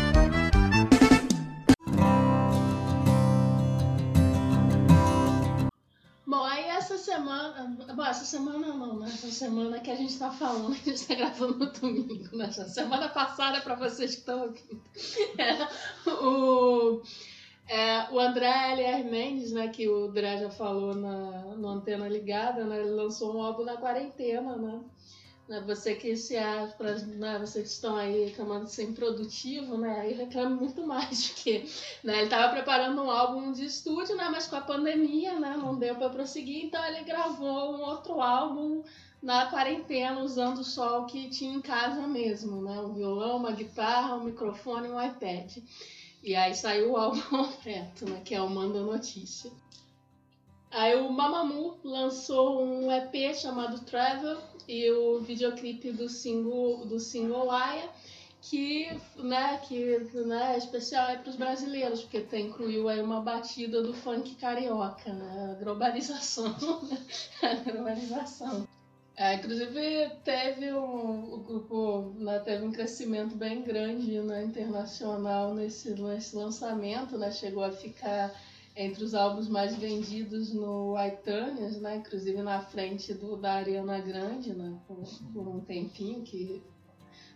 Bom, aí essa semana... Bom, essa semana não, né? Essa semana que a gente tá falando, a gente tá gravando no domingo, né? Semana passada, pra vocês que estão ouvindo. É, o, é, o André L R. Mendes, né? Que o André já falou na, no Antena Ligada, né? Ele lançou um álbum na quarentena, né? Você que se acha, né, vocês que estão aí reclamando de ser improdutivo, né, aí reclama muito mais de que, né, ele estava preparando um álbum de estúdio, né, mas com a pandemia, né, não deu para prosseguir, então ele gravou um outro álbum na quarentena, usando só o que tinha em casa mesmo, né, um violão, uma guitarra, um microfone e um iPad. E aí saiu o álbum completo, né, que é o Manda Notícia. Aí o Mamamoo lançou um E P chamado Travel e o videoclipe do single, do single Aya, que, né, que né, é especial aí para os brasileiros, porque tem, incluiu aí uma batida do funk carioca, né, a globalização, a globalização. É, inclusive teve um, o grupo, né, teve um crescimento bem grande, né, internacional nesse, nesse lançamento, né, chegou a ficar entre os álbuns mais vendidos no iTunes, né? Inclusive na frente do, da Ariana Grande, né? Por, por um tempinho, que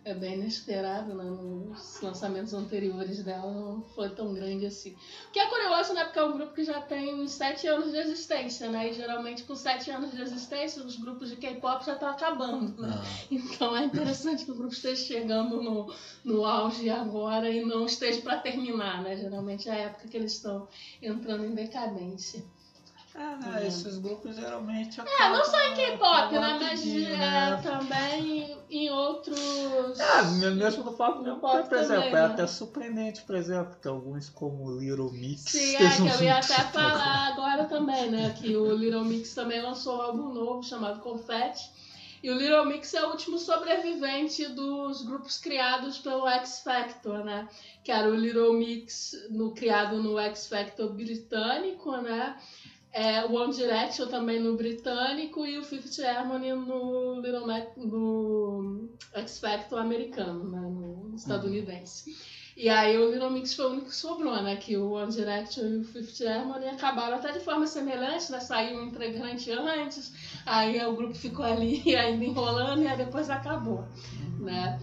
é bem inesperado, né? Nos lançamentos anteriores dela não foi tão grande assim. O que é curioso, né? Porque é um grupo que já tem uns sete anos de existência, né? E geralmente com sete anos de existência os grupos de K-pop já estão acabando, né? Ah. Então é interessante que o grupo esteja chegando no, no auge agora e não esteja para terminar, né? Geralmente é a época que eles estão entrando em decadência. Ah, é. Esses grupos geralmente acabam... É, não só em K-pop, né? Mas é, né? também em outros... É, mesmo no pop, no mesmo, pop por exemplo, também, é né? até surpreendente, por exemplo, que alguns como o Little Mix... Sim, é, que eu ia até falar agora também, né? Que o Little Mix também lançou um álbum novo chamado Confetti. E o Little Mix é o último sobrevivente dos grupos criados pelo X Factor, né? Que era o Little Mix no, criado no X Factor britânico, né? É, o One Direction também no britânico e o Fifth Harmony no, Little Mac, no X Factor americano, né, no estadunidense. Uhum. E aí o Little Mix foi o único que sobrou, né? Que o One Direction e o Fifth Harmony acabaram até de forma semelhante, né? Saiu um integrante antes, aí o grupo ficou ali ainda enrolando e aí depois acabou, né?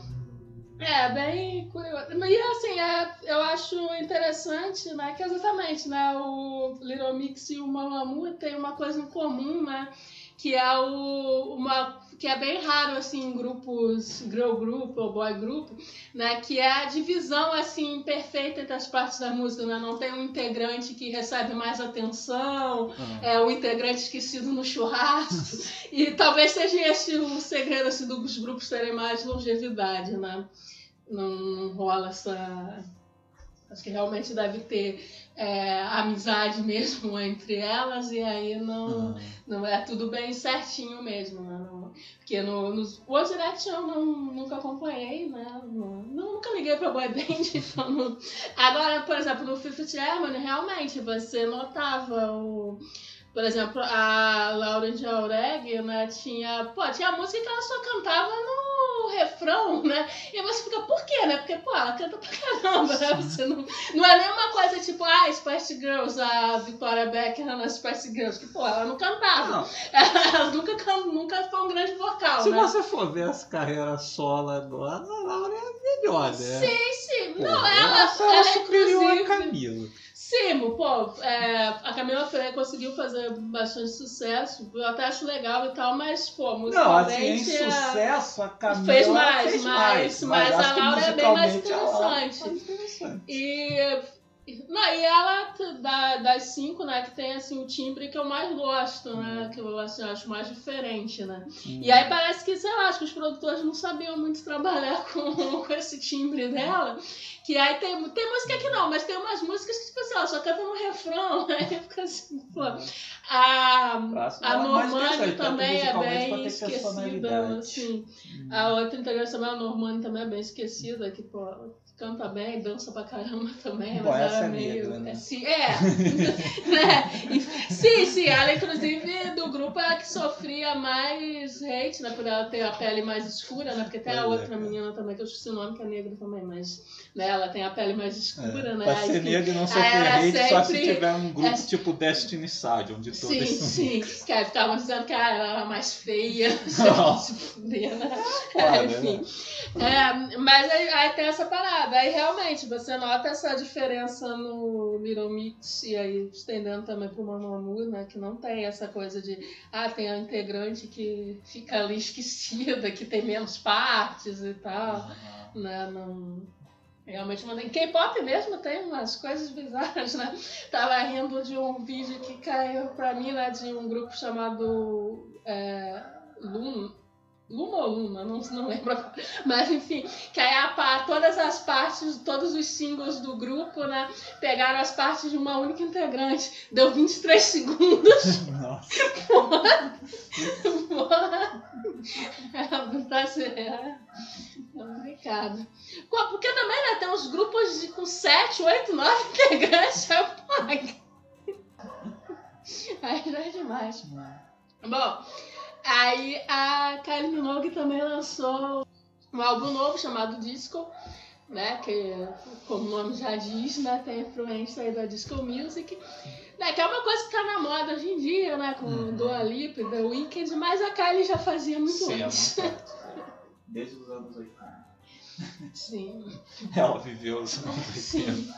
É, bem curioso. E assim, é, eu acho interessante, né, que exatamente, né, o Little Mix e o Mamamoo tem uma coisa em comum, né, que é o, uma, que é bem raro, assim, em grupos girl group ou boy group, né, que é a divisão, assim, perfeita entre as partes da música, né, não tem um integrante que recebe mais atenção, uhum. é o integrante esquecido no churrasco, e talvez seja esse o segredo, assim, dos grupos terem mais longevidade, né. Não, não rola essa... Acho que realmente deve ter é, amizade mesmo entre elas e aí não, uhum. não é tudo bem certinho mesmo, né? Não, porque no, nos One Direction eu não, nunca acompanhei, né? Não, nunca liguei pra boy band, então não... Agora, por exemplo, no Fifth Harmony, realmente você notava o... Por exemplo, a Lauren Jauregui, né, tinha... Pô, tinha música que ela só cantava no refrão, né? E você fica, por quê, né? Porque, pô, ela canta pra caramba, né? Você não, não é nenhuma coisa tipo, ah, Spice Girls, a Victoria Beckham nas Spice Girls, que, pô, ela não cantava. Não. Ela nunca, nunca foi um grande vocal, Se né? você for ver essa carreira solo agora, a Laura é melhor, né? Sim, sim. Pô, não, ela, ela, ela, ela superior a Camila. Sim, pô, é, a Camila Freire conseguiu fazer bastante sucesso, eu até acho legal e tal, mas, pô, musicalmente... Não, assim, em sucesso, a Camila fez mais, fez mais, mais, mas, mas a Laura é bem mais interessante. É mais interessante. E... Não, e ela, da, das cinco, né, que tem, assim, o timbre que eu mais gosto, né, que eu, assim, acho mais diferente, né. Hum. E aí parece que, sei lá, acho que os produtores não sabiam muito trabalhar com, com esse timbre dela, que aí tem, tem música que não, mas tem umas músicas que, tipo assim, ela só canta no refrão, aí fica assim, pô. A, a Normani também é bem esquecida, assim. Hum. A outra integração também, a Normani também é bem esquecida, que, pô, canta bem, dança pra caramba também, Bom, mas essa era é meio... negra, né? Assim, é, né? Sim, sim, ela inclusive do grupo é a que sofria mais hate, né, por ela ter a pele mais escura, né, porque tem a outra é, menina também, que eu esqueci o nome, que é negra também, mas né, ela tem a pele mais escura, é, né. Pra ser negra e não sofrer hate sempre... só se tiver um grupo é... tipo Destiny Side, onde todos sim, são sim, negros. que aí ficavam dizendo que ela era mais feia, se fuder, né, é, enfim. É, mas aí, aí tem essa parada, aí realmente você nota essa diferença no Little Mix e aí estendendo também pro Mamamoo, né, que não tem essa coisa de, ah, tem a integrante que fica ali esquecida, que tem menos partes e tal, uhum. né, não... Realmente não tem. K-pop mesmo tem umas coisas bizarras, né? Tava rindo de um vídeo que caiu pra mim, né, de um grupo chamado é, Lum, Luma ou Luma, não, não lembro agora. Mas enfim, que aí a, todas as partes, todos os singles do grupo, né, pegaram as partes de uma única integrante. Deu vinte e três segundos. Nossa. Porra. Porra. É, tá certo. É complicado. Porque também, né, tem uns grupos de, com sete, oito, nove integrantes. É aí já é demais. Bom, aí a Kylie Minogue também lançou um álbum novo chamado Disco, né, que como o nome já diz, né, tem influência aí da Disco Music, né, que é uma coisa que tá na moda hoje em dia, né, com uhum. Dua Lipa e The Weeknd, mas a Kylie já fazia muito Sim, antes. Desde os anos oitenta. Sim. Ela viveu os anos oitenta. Sim.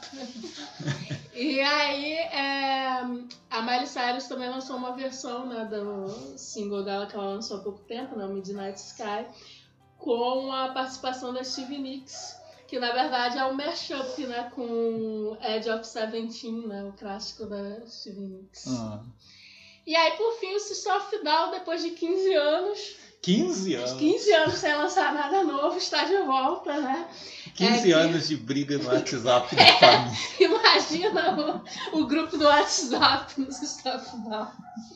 E aí, é, a Miley Cyrus também lançou uma versão, né, do single dela que ela lançou há pouco tempo, né, o Midnight Sky, com a participação da Stevie Nicks, que na verdade é um mashup, né, com Edge of Seventeen, né, o clássico da Stevie Nicks. Ah. E aí, por fim, o System of a Down, depois de quinze anos... quinze anos? quinze anos sem lançar nada novo, está de volta, né? quinze é anos que... de briga no WhatsApp da família. Imagina o, o grupo do WhatsApp no System of a Down.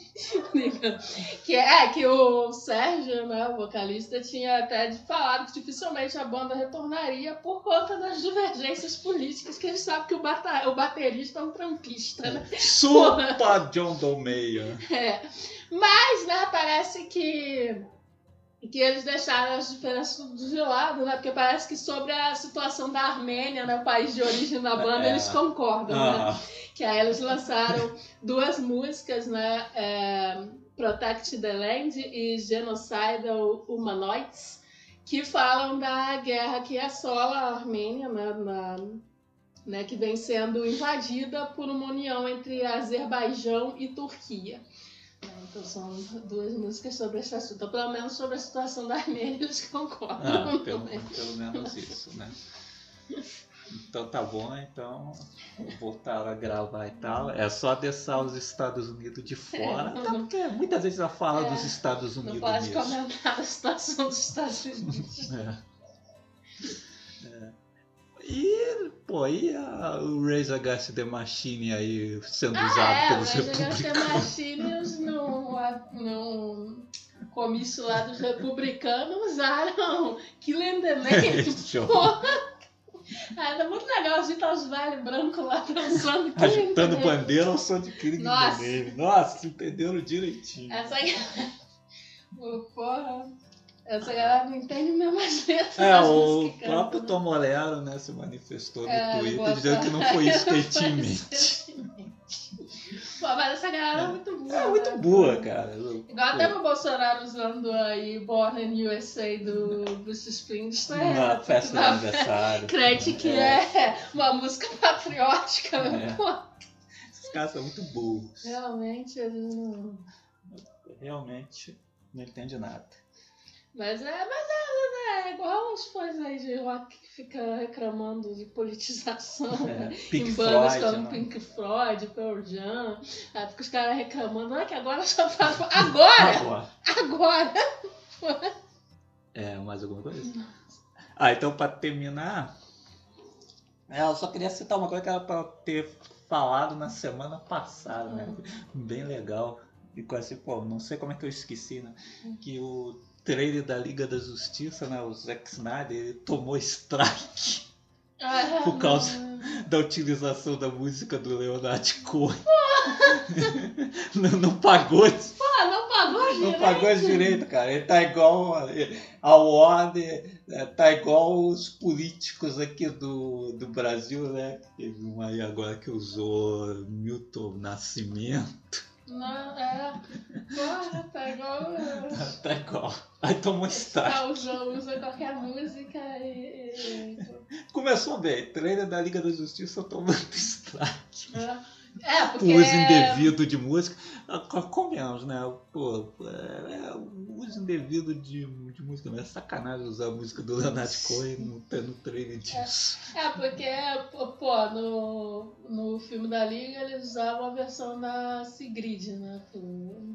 que é que o Sérgio, né, o vocalista, tinha até falado que dificilmente a banda retornaria por conta das divergências políticas, que ele sabe que o, bata, o baterista é um trampista, né? Super John Domeia. É. Mas, né, parece que que eles deixaram as diferenças de lado, né? Porque parece que sobre a situação da Armênia, né, o país de origem da banda, é. eles concordam, ah. né? Que aí eles lançaram duas músicas, né? É, Protect the Land e Genocidal Humanoids, que falam da guerra que assola a Armênia, né, na, né, que vem sendo invadida por uma união entre Azerbaijão e Turquia. Então são duas músicas sobre esse assunto. Então, pelo menos sobre a situação da Armênia, eles concordam. Ah, pelo, pelo menos isso, né? Então tá bom, então voltaram a gravar e tal. É só deixar os Estados Unidos de fora. É. Porque muitas vezes já fala é, dos Estados Unidos não pode mesmo. comentar a situação dos Estados Unidos. É. É. E, pô, e a, o Rage Against the Machine aí sendo ah, usado é, pelos Rage republicanos? Against the Machine no, no comício lá dos republicanos usaram Killing the Name. Porra! Ah, era muito legal, a gente tá os velhos brancos lá dançando. Agitando bandeira ao som de Killing the Name. Nossa, entenderam direitinho. Essa aí... Porra... Essa galera não entende mesmo as letras. É, o próprio Tom Morello, né, se manifestou no é, Twitter dizendo que não foi isso que ele tinha em mente. Pô, mas essa galera é, é muito boa. É muito né? boa, cara. Igual até o Bolsonaro usando aí Born in U S A do Bruce Springsteen. Na festa do aniversário. Crente que é. é uma música patriótica. É. Pô. Esses caras são muito burros. Realmente, eles não... Realmente não entendem nada. Mas é, mas é, é igual os fãs aí de rock que ficam reclamando de politização, é, né? Pink Em bandas Floyd, como né? Pink Floyd, Pearl Jam, aí fica os caras reclamando, ah, que agora só faz... Agora! Agora! Agora! É, mais alguma coisa? Ah, então pra terminar, eu só queria citar uma coisa que era pra ter falado na semana passada, né? Bem legal. E quase, pô, não sei como é que eu esqueci, né? Que o trailer da Liga da Justiça, né, o Zack Snyder, ele tomou strike ah, por causa da utilização da música do Leonard Cohen. não, não pagou. Pô, não pagou direito. Não pagou direito, cara. Ele tá igual a Warner, tá igual os políticos aqui do, do Brasil, né? Teve um aí agora que usou Milton Nascimento. Não, é. Porra, tá igual. Tá, tá igual. Aí tomou strike. Tá, usa, usa qualquer música e, e. Começou bem. Trailer da Liga da Justiça tomando strike. É. É, porque... O uso indevido de música. Convenhamos, né? Pô, é, o uso indevido de, de música. Não é sacanagem usar a música do Leonard Cohen no, no trailer disso. É, é porque, pô, no, no filme da Liga eles usavam a versão da Sigrid, né? Pro,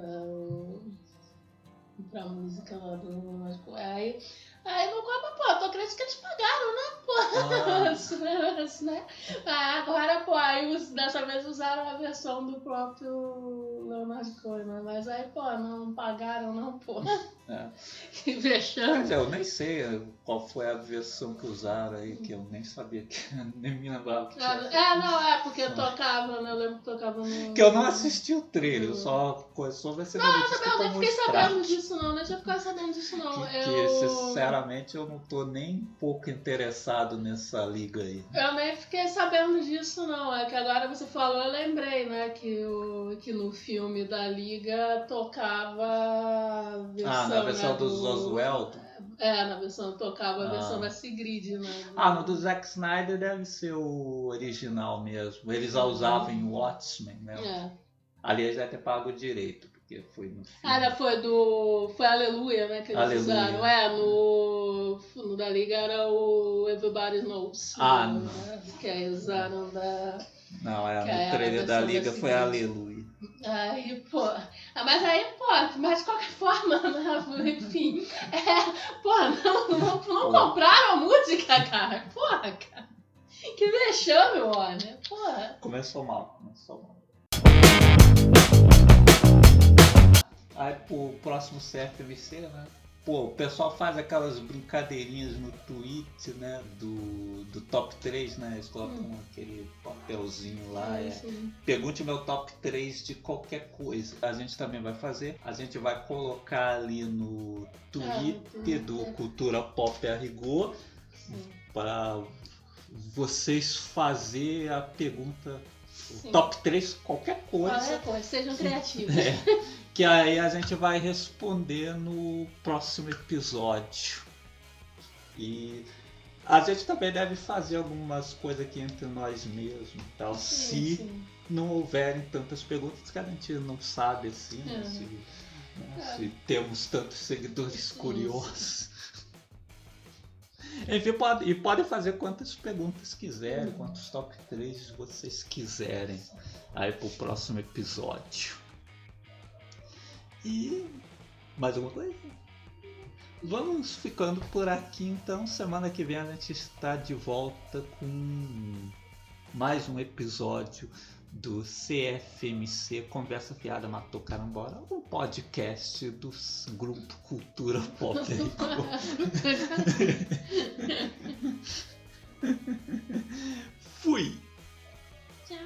pra, pra música lá do Leonard Cohen. Aí, aí não cobra, pô, tô acreditando que eles pagaram, né? Pô, ah. né? Aí agora, pô, aí dessa vez usaram a versão do próprio Leonard Cohen, né? Mas aí, pô, não pagaram, não, pô. É. Que vexame. Mas eu nem sei qual foi a versão que usaram aí, que eu nem sabia, que nem me lembrava que tinha. É, não, é porque tocava, né? Eu lembro que tocava no... Que eu não assisti o trailer, eu só soube essa Não, eu notícia também que eu nem tomou fiquei strike. sabendo disso, não. Nem tinha ficado sabendo disso, não. Que, eu... que, sinceramente, eu não tô nem um pouco interessado nessa liga aí. Eu nem fiquei sabendo disso, não. É que agora você falou, eu lembrei, né? Que, o, que no filme da Liga tocava a versão, Ah, na versão né, do do Oswald? É, na versão tocava, a Ah. versão da Sigrid, né? Ah, no do Zack Snyder deve ser o original mesmo. Eles a usavam em Watchmen, né? É. Aliás, deve ter pago direito, porque foi no filme. Ah, foi do. Foi Aleluia, né? Que eles Aleluia. usaram. É, no. No da Liga era o Everybody Knows. Ah, né? não. Que aí usaram da. Não, é, Que é no a trailer da versão da Liga foi Sigrid. Aleluia. Aí, pô. Ah, mas aí, pô, mas de qualquer forma, né, enfim. É, pô, não, não, não compraram a música, cara. Porra, cara. Que vexame, Warner. Porra. Começou mal, começou mal. Aí pro próximo C F M C, né? Pô, o pessoal faz aquelas brincadeirinhas no Twitter, né? Do, do top três, né? Eles colocam hum. aquele papelzinho lá. É, pergunte meu top três de qualquer coisa. A gente também vai fazer. A gente vai colocar ali no Twitter do Cultura Pop a Rigor para vocês fazer a pergunta. Sim. Top três, qualquer coisa. Qualquer coisa, sejam criativos. É, que aí a gente vai responder no próximo episódio. E a gente também deve fazer algumas coisas aqui entre nós mesmos. Tal. Sim, se sim. não houverem tantas perguntas que a gente não sabe assim, uhum. se, né, é. se temos tantos seguidores curiosos. Enfim, pode, e podem fazer quantas perguntas quiserem, uhum. quantos top três vocês quiserem aí pro próximo episódio. E mais alguma coisa? Vamos ficando por aqui então. Semana que vem a gente está de volta com mais um episódio do C F M C Conversa Fiada Matou Carambola, um podcast do grupo Cultura Pop. Fui! Tchau!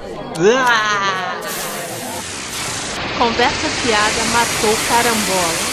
Ah! Conversa Fiada Matou Carambola.